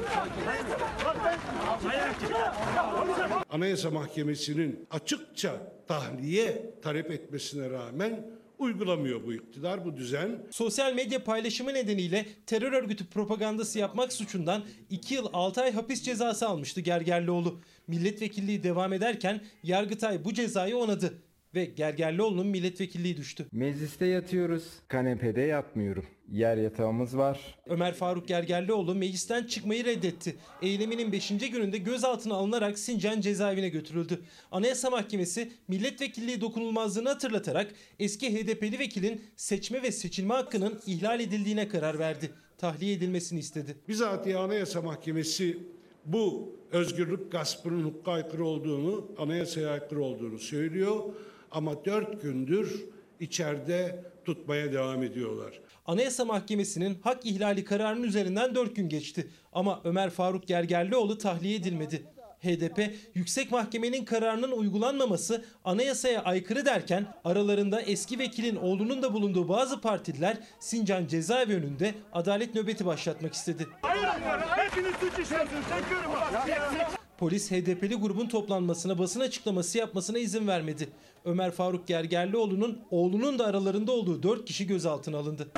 Anayasa Mahkemesi'nin açıkça tahliye talep etmesine rağmen uygulamıyor bu iktidar, bu düzen. Sosyal medya paylaşımı nedeniyle terör örgütü propagandası yapmak suçundan 2 yıl 6 ay hapis cezası almıştı Gergerlioğlu. Milletvekilliği devam ederken Yargıtay bu cezayı onadı ve Gergerlioğlu'nun milletvekilliği düştü. Mecliste yatıyoruz, kanepede yatmıyorum. Yer yatağımız var. Ömer Faruk Gergerlioğlu meclisten çıkmayı reddetti. Eyleminin 5. gününde gözaltına alınarak Sincan cezaevine götürüldü. Anayasa Mahkemesi milletvekilliği dokunulmazlığını hatırlatarak eski HDP'li vekilin seçme ve seçilme hakkının ihlal edildiğine karar verdi. Tahliye edilmesini istedi. Bizatihi Anayasa Mahkemesi bu özgürlük gaspının hukuka aykırı olduğunu, anayasaya aykırı olduğunu söylüyor. Ama 4 gündür içeride tutmaya devam ediyorlar. Anayasa Mahkemesi'nin hak ihlali kararının üzerinden 4 gün geçti. Ama Ömer Faruk Gergerlioğlu tahliye edilmedi. HDP, Yüksek Mahkemenin kararının uygulanmaması anayasaya aykırı derken aralarında eski vekilin oğlunun da bulunduğu bazı partililer Sincan cezaevi önünde adalet nöbeti başlatmak istedi. Hepiniz suç işliyorsunuz. Çekiyorum. Polis HDP'li grubun toplanmasına, basın açıklaması yapmasına izin vermedi. Ömer Faruk Gergerlioğlu'nun oğlunun da aralarında olduğu 4 kişi gözaltına alındı.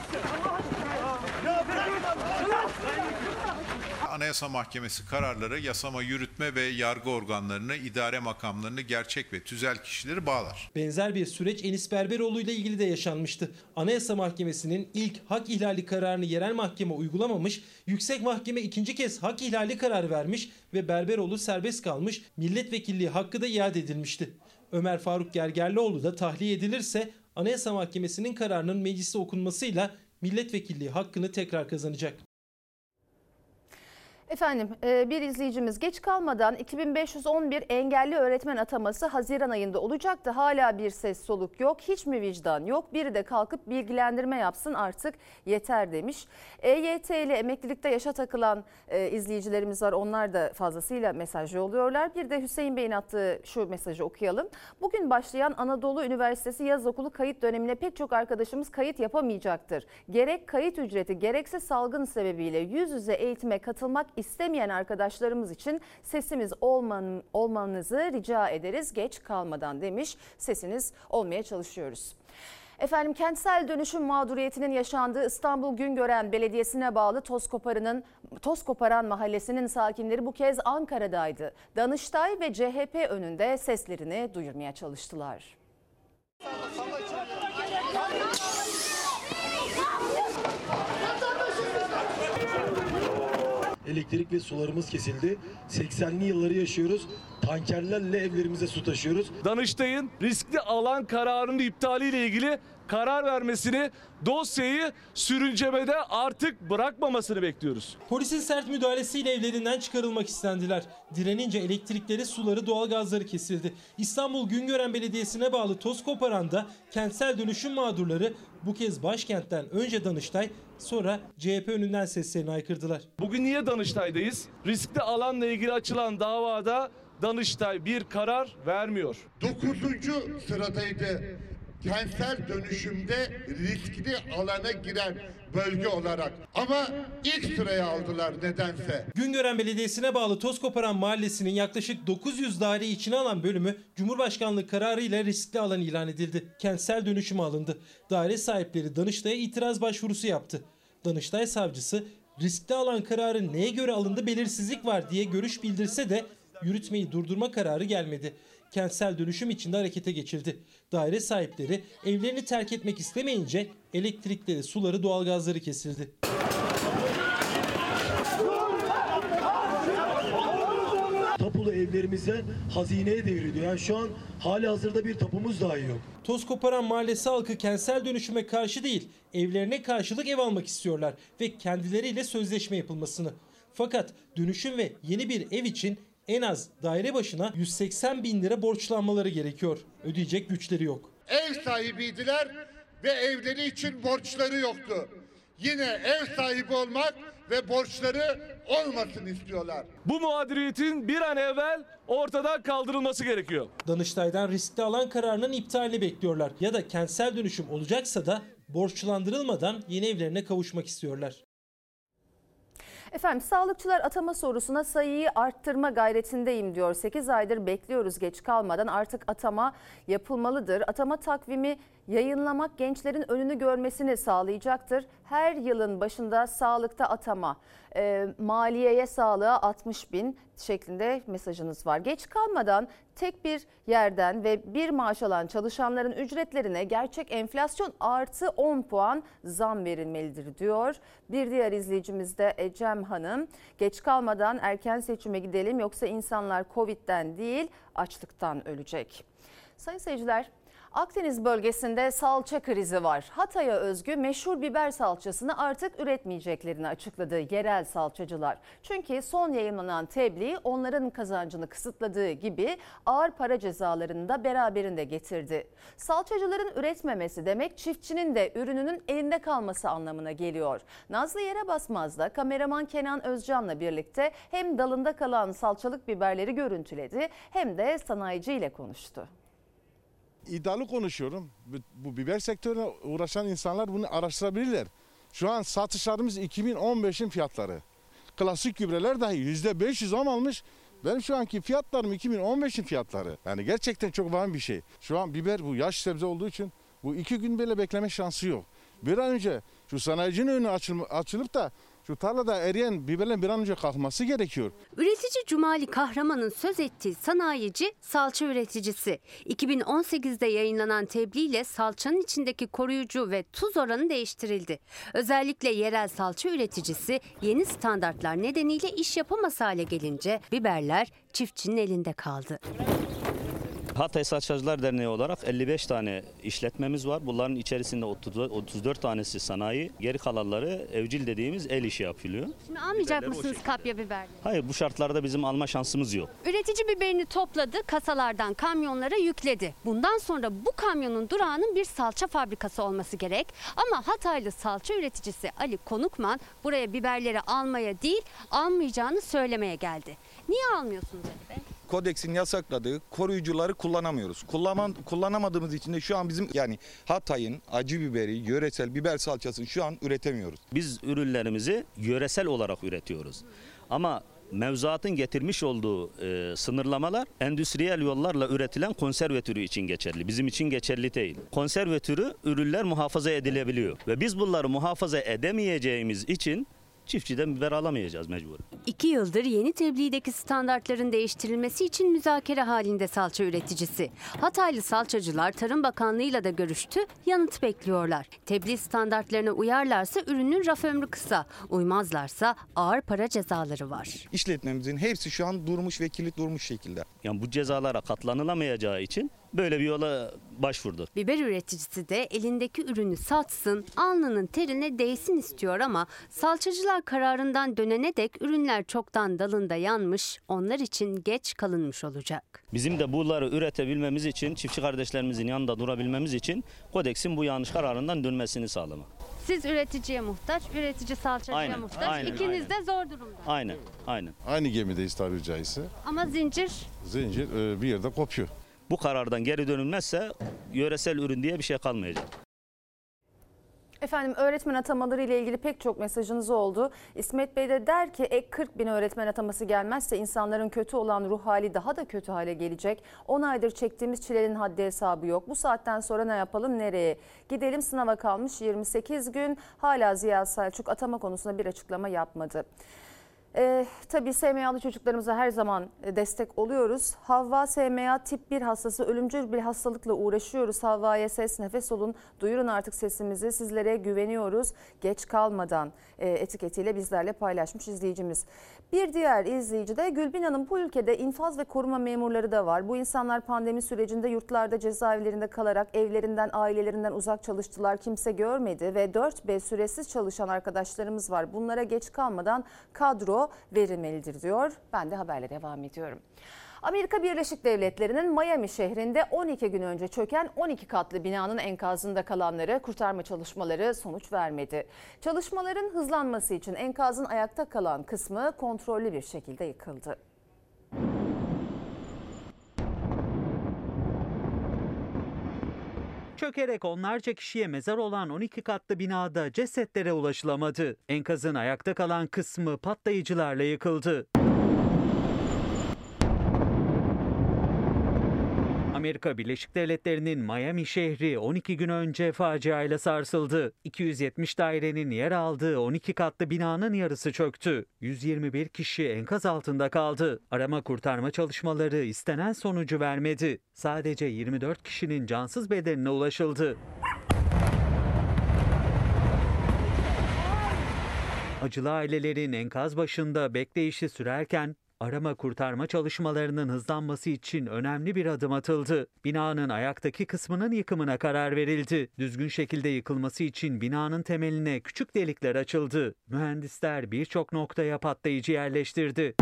Anayasa Mahkemesi kararları yasama, yürütme ve yargı organlarını, idare makamlarını, gerçek ve tüzel kişileri bağlar. Benzer bir süreç Enis Berberoğlu ile ilgili de yaşanmıştı. Anayasa Mahkemesi'nin ilk hak ihlali kararını yerel mahkeme uygulamamış, Yüksek Mahkeme ikinci kez hak ihlali kararı vermiş ve Berberoğlu serbest kalmış, milletvekilliği hakkı da iade edilmişti. Ömer Faruk Gergerlioğlu da tahliye edilirse Anayasa Mahkemesi'nin kararının mecliste okunmasıyla milletvekilliği hakkını tekrar kazanacak. Efendim bir izleyicimiz geç kalmadan 2511 engelli öğretmen ataması Haziran ayında olacaktı. Hala bir ses soluk yok. Hiç mi vicdan yok? Biri de kalkıp bilgilendirme yapsın artık yeter demiş. EYT ile emeklilikte yaşa takılan izleyicilerimiz var. Onlar da fazlasıyla mesaj yolluyorlar. Bir de Hüseyin Bey'in attığı şu mesajı okuyalım. Bugün başlayan Anadolu Üniversitesi yaz okulu kayıt dönemine pek çok arkadaşımız kayıt yapamayacaktır. Gerek kayıt ücreti gerekse salgın sebebiyle yüz yüze eğitime katılmak istemeyen arkadaşlarımız için sesimiz olmanızı rica ederiz geç kalmadan demiş. Sesiniz olmaya çalışıyoruz. Efendim kentsel dönüşüm mağduriyetinin yaşandığı İstanbul Güngören Belediyesi'ne bağlı Tozkoparan Mahallesi'nin sakinleri bu kez Ankara'daydı. Danıştay ve CHP önünde seslerini duyurmaya çalıştılar. Elektrik ve sularımız kesildi. 80'li yılları yaşıyoruz. Tankerlerle evlerimize su taşıyoruz. Danıştay'ın riskli alan kararının iptaliyle ilgili karar vermesini, dosyayı sürüncemede artık bırakmamasını bekliyoruz. Polisin sert müdahalesiyle evlerinden çıkarılmak istendiler. Direnince elektrikleri, suları, doğalgazları kesildi. İstanbul Güngören Belediyesi'ne bağlı Tozkoparan'da kentsel dönüşüm mağdurları bu kez başkentten önce Danıştay, sonra CHP önünden seslerini haykırdılar. Bugün niye Danıştay'dayız? Riskli alanla ilgili açılan davada Danıştay bir karar vermiyor. 9. sıradaydı kentsel dönüşümde riskli alana giren bölge olarak. Ama ilk sıraya aldılar nedense. Güngören Belediyesi'ne bağlı Tozkoparan Mahallesi'nin yaklaşık 900 daireyi içine alan bölümü Cumhurbaşkanlığı kararıyla riskli alan ilan edildi. Kentsel dönüşüme alındı. Daire sahipleri Danıştay'a itiraz başvurusu yaptı. Danıştay savcısı riskli alan kararı neye göre alındı belirsizlik var diye görüş bildirse de yürütmeyi durdurma kararı gelmedi. Kentsel dönüşüm içinde harekete geçildi. Daire sahipleri evlerini terk etmek istemeyince elektrikleri, suları, doğalgazları kesildi. Tapulu evlerimize hazineye devriliyor. Yani şu an hali hazırda bir tapumuz dahi yok. Tozkoparan Mahallesi halkı kentsel dönüşüme karşı değil, evlerine karşılık ev almak istiyorlar ve kendileriyle sözleşme yapılmasını. Fakat dönüşüm ve yeni bir ev için en az daire başına 180 bin lira borçlanmaları gerekiyor. Ödeyecek güçleri yok. Ev sahibiydiler ve evleri için borçları yoktu. Yine ev sahibi olmak ve borçları olmasın istiyorlar. Bu mağduriyetin bir an evvel ortadan kaldırılması gerekiyor. Danıştay'dan riskli alan kararının iptalini bekliyorlar. Ya da kentsel dönüşüm olacaksa da borçlandırılmadan yeni evlerine kavuşmak istiyorlar. Efendim sağlıkçılar atama sorusuna sayıyı arttırma gayretindeyim diyor. 8 aydır bekliyoruz, geç kalmadan artık atama yapılmalıdır. Atama takvimi yayınlamak gençlerin önünü görmesini sağlayacaktır. Her yılın başında sağlıkta atama, maliyeye sağlığa 60 bin şeklinde mesajınız var. Geç kalmadan tek bir yerden ve bir maaş alan çalışanların ücretlerine gerçek enflasyon artı 10 puan zam verilmelidir diyor. Bir diğer izleyicimiz de Ecem Hanım. Geç kalmadan erken seçime gidelim yoksa insanlar Covid'den değil açlıktan ölecek. Sayın seyirciler, Akdeniz bölgesinde salça krizi var. Hatay'a özgü meşhur biber salçasını artık üretmeyeceklerini açıkladı yerel salçacılar. Çünkü son yayımlanan tebliğ onların kazancını kısıtladığı gibi ağır para cezalarını da beraberinde getirdi. Salçacıların üretmemesi demek çiftçinin de ürününün elinde kalması anlamına geliyor. Nazlı Yerebasmaz da kameraman Kenan Özcan'la birlikte hem dalında kalan salçalık biberleri görüntüledi hem de sanayiciyle konuştu. İddialı konuşuyorum. Bu biber sektörüne uğraşan insanlar bunu araştırabilirler. Şu an satışlarımız 2015'in fiyatları. Klasik gübreler dahi %500 zam almış. Benim şu anki fiyatlarım 2015'in fiyatları. Yani gerçekten çok vahim bir şey. Şu an biber bu yaş sebze olduğu için bu 2 gün bile bekleme şansı yok. Bir an önce şu sanayicinin önü açılıp da şu tarlada eriyen biberlerin bir an önce kalkması gerekiyor. Üretici Cumali Kahraman'ın söz ettiği sanayici salça üreticisi. 2018'de yayınlanan tebliğle salçanın içindeki koruyucu ve tuz oranı değiştirildi. Özellikle yerel salça üreticisi yeni standartlar nedeniyle iş yapamaz hale gelince biberler çiftçinin elinde kaldı. Hatay Salçacılar Derneği olarak 55 tane işletmemiz var. Bunların içerisinde 34 tanesi sanayi, geri kalanları evcil dediğimiz el işi yapılıyor. Şimdi almayacak mısınız kapya biber? Hayır, bu şartlarda bizim alma şansımız yok. Üretici biberini topladı, kasalardan kamyonlara yükledi. Bundan sonra bu kamyonun durağının bir salça fabrikası olması gerek. Ama Hataylı salça üreticisi Ali Konukman buraya biberleri almaya değil, almayacağını söylemeye geldi. Niye almıyorsunuz Ali Bey? Kodeksin yasakladığı koruyucuları kullanamıyoruz. Kullanamadığımız için de şu an bizim yani Hatay'ın acı biberi, yöresel biber salçasını şu an üretemiyoruz. Biz ürünlerimizi yöresel olarak üretiyoruz. Ama mevzuatın getirmiş olduğu sınırlamalar endüstriyel yollarla üretilen konserve türü için geçerli. Bizim için geçerli değil. Konserve türü ürünler muhafaza edilebiliyor. Ve biz bunları muhafaza edemeyeceğimiz için çiftçiden biber alamayacağız mecbur. 2 yıldır yeni tebliğdeki standartların değiştirilmesi için müzakere halinde salça üreticisi. Hataylı salçacılar Tarım Bakanlığı'yla da görüştü, yanıt bekliyorlar. Tebliğ standartlarına uyarlarsa ürünün raf ömrü kısa, uymazlarsa ağır para cezaları var. İşletmemizin hepsi şu an durmuş ve kilit durmuş şekilde. Yani bu cezalara katlanılamayacağı için böyle bir yola başvurdu. Biber üreticisi de elindeki ürünü satsın, alnının terine değsin istiyor ama salçacılar kararından dönene dek ürünler çoktan dalında yanmış, onlar için geç kalınmış olacak. Bizim de bunları üretebilmemiz için, çiftçi kardeşlerimizin yanında durabilmemiz için kodeksin bu yanlış kararından dönmesini sağlamak. Siz üreticiye muhtaç, üretici salçacıya muhtaç. İkiniz de zor durumda. Aynen. Aynı gemideyiz tabiri caizse. Ama zincir Bir yerde kopuyor. Bu karardan geri dönülmezse yöresel ürün diye bir şey kalmayacak. Efendim öğretmen atamaları ile ilgili pek çok mesajınız oldu. İsmet Bey de der ki ek 40.000 öğretmen ataması gelmezse insanların kötü olan ruh hali daha da kötü hale gelecek. 10 aydır çektiğimiz çilenin haddi hesabı yok. Bu saatten sonra ne yapalım, nereye? Gidelim, sınava kalmış 28 gün. Hala Ziya Selçuk atama konusunda bir açıklama yapmadı. Tabii SMA'lı çocuklarımıza her zaman destek oluyoruz. Havva SMA tip 1 hastası, ölümcül bir hastalıkla uğraşıyoruz. Havva'ya ses nefes olun, duyurun artık sesimizi, sizlere güveniyoruz. Geç kalmadan etiketiyle bizlerle paylaşmış izleyicimiz. Bir diğer izleyici de Gülbin Hanım, bu ülkede infaz ve koruma memurları da var. Bu insanlar pandemi sürecinde yurtlarda, cezaevlerinde kalarak evlerinden, ailelerinden uzak çalıştılar. Kimse görmedi ve 4B süresiz çalışan arkadaşlarımız var. Bunlara geç kalmadan kadro verilmelidir diyor. Ben de haberle devam ediyorum. Amerika Birleşik Devletleri'nin Miami şehrinde 12 gün önce çöken 12 katlı binanın enkazında kalanları kurtarma çalışmaları sonuç vermedi. Çalışmaların hızlanması için enkazın ayakta kalan kısmı kontrollü bir şekilde yıkıldı. Çökerek onlarca kişiye mezar olan 12 katlı binada cesetlere ulaşılamadı. Enkazın ayakta kalan kısmı patlayıcılarla yıkıldı. Amerika Birleşik Devletleri'nin Miami şehri 12 gün önce faciayla sarsıldı. 270 dairenin yer aldığı 12 katlı binanın yarısı çöktü. 121 kişi enkaz altında kaldı. Arama kurtarma çalışmaları istenen sonucu vermedi. Sadece 24 kişinin cansız bedenine ulaşıldı. Acılı ailelerin enkaz başında bekleyişi sürerken arama kurtarma çalışmalarının hızlanması için önemli bir adım atıldı. Binanın ayaktaki kısmının yıkımına karar verildi. Düzgün şekilde yıkılması için binanın temeline küçük delikler açıldı. Mühendisler birçok noktaya patlayıcı yerleştirdi.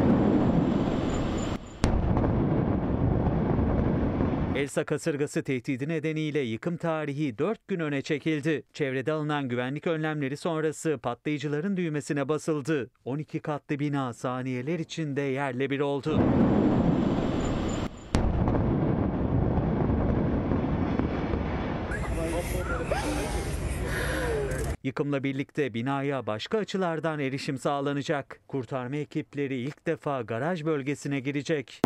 Elsa kasırgası tehdidi nedeniyle yıkım tarihi 4 gün öne çekildi. Çevrede alınan güvenlik önlemleri sonrası patlayıcıların düğmesine basıldı. 12 katlı bina saniyeler içinde yerle bir oldu. Yıkımla birlikte binaya başka açılardan erişim sağlanacak. Kurtarma ekipleri ilk defa garaj bölgesine girecek.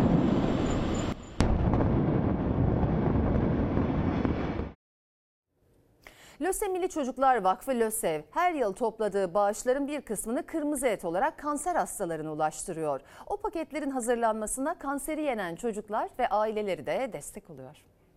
Lösemili Çocuklar Vakfı LÖSEV her yıl topladığı bağışların bir kısmını kırmızı et olarak kanser hastalarına ulaştırıyor. O paketlerin hazırlanmasına kanseri yenen çocuklar ve aileleri de destek oluyor.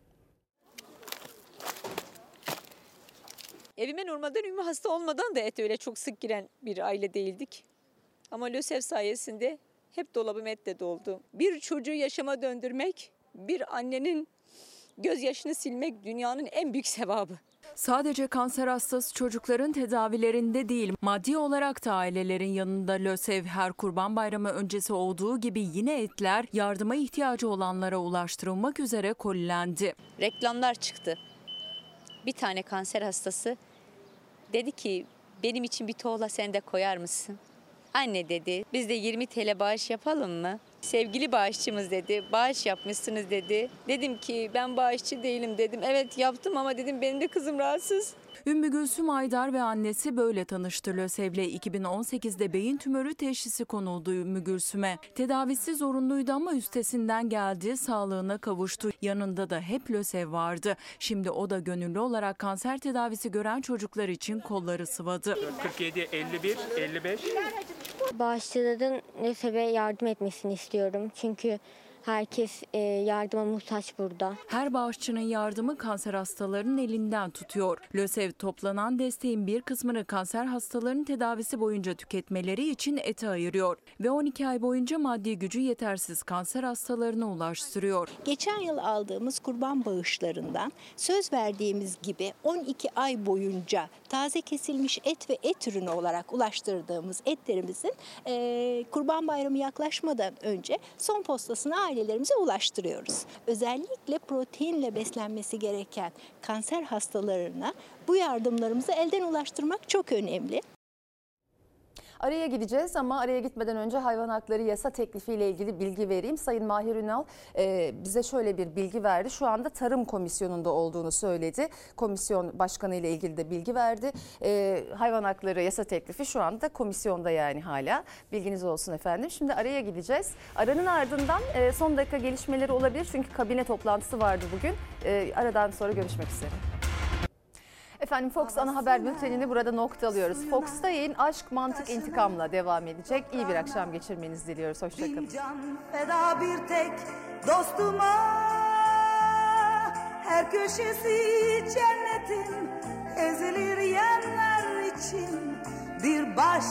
Evime normalden ünlü hasta olmadan da et öyle çok sık giren bir aile değildik. Ama LÖSEV sayesinde hep dolabım etle doldu. Bir çocuğu yaşama döndürmek, bir annenin gözyaşını silmek dünyanın en büyük sevabı. Sadece kanser hastası çocukların tedavilerinde değil, maddi olarak da ailelerin yanında LÖSEV her Kurban Bayramı öncesi olduğu gibi yine etler yardıma ihtiyacı olanlara ulaştırılmak üzere kolilendi. Reklamlar çıktı. Bir tane kanser hastası dedi ki benim için bir tuğla sen de koyar mısın? Anne dedi, biz de 20 TL bağış yapalım mı? Sevgili bağışçımız dedi, bağış yapmışsınız dedi. Dedim ki ben bağışçı değilim dedim. Evet yaptım ama dedim benim de kızım rahatsız. Ümmü Gülsüm Aydar ve annesi böyle tanıştı LÖSEV'le. 2018'de beyin tümörü teşhisi konuldu Ümmü Gülsüm'e. Tedavisi zorunluydu ama üstesinden geldi, sağlığına kavuştu. Yanında da hep LÖSEV vardı. Şimdi o da gönüllü olarak kanser tedavisi gören çocuklar için kolları sıvadı. 47, 51, 55. Bağışçıların LÖSEV'e yardım etmesini istiyorum. Çünkü Herkes yardıma muhtaç burada. Her bağışçının yardımı kanser hastalarının elinden tutuyor. LÖSEV toplanan desteğin bir kısmını kanser hastalarının tedavisi boyunca tüketmeleri için ET'e ayırıyor. Ve 12 ay boyunca maddi gücü yetersiz kanser hastalarına ulaştırıyor. Geçen yıl aldığımız kurban bağışlarından söz verdiğimiz gibi 12 ay boyunca taze kesilmiş et ve et ürünü olarak ulaştırdığımız etlerimizin Kurban Bayramı yaklaşmadan önce son postasını ailelerimize ulaştırıyoruz. Özellikle proteinle beslenmesi gereken kanser hastalarına bu yardımlarımızı elden ulaştırmak çok önemli. Araya gideceğiz ama araya gitmeden önce hayvan hakları yasa teklifiyle ilgili bilgi vereyim. Sayın Mahir Ünal bize şöyle bir bilgi verdi. Şu anda Tarım Komisyonu'nda olduğunu söyledi. Komisyon başkanı ile ilgili de bilgi verdi. Hayvan hakları yasa teklifi şu anda komisyonda yani hala. Bilginiz olsun efendim. Şimdi araya gideceğiz. Aranın ardından son dakika gelişmeleri olabilir. Çünkü kabine toplantısı vardı bugün. Aradan sonra görüşmek üzere. Efendim Fox ana haber bültenini burada noktalıyoruz. Fox'ta yayın Aşk, Mantık, İntikam'la devam edecek. İyi bir akşam geçirmenizi diliyoruz. Hoşçakalın. Feda bir tek dostuma, her köşesi cennetin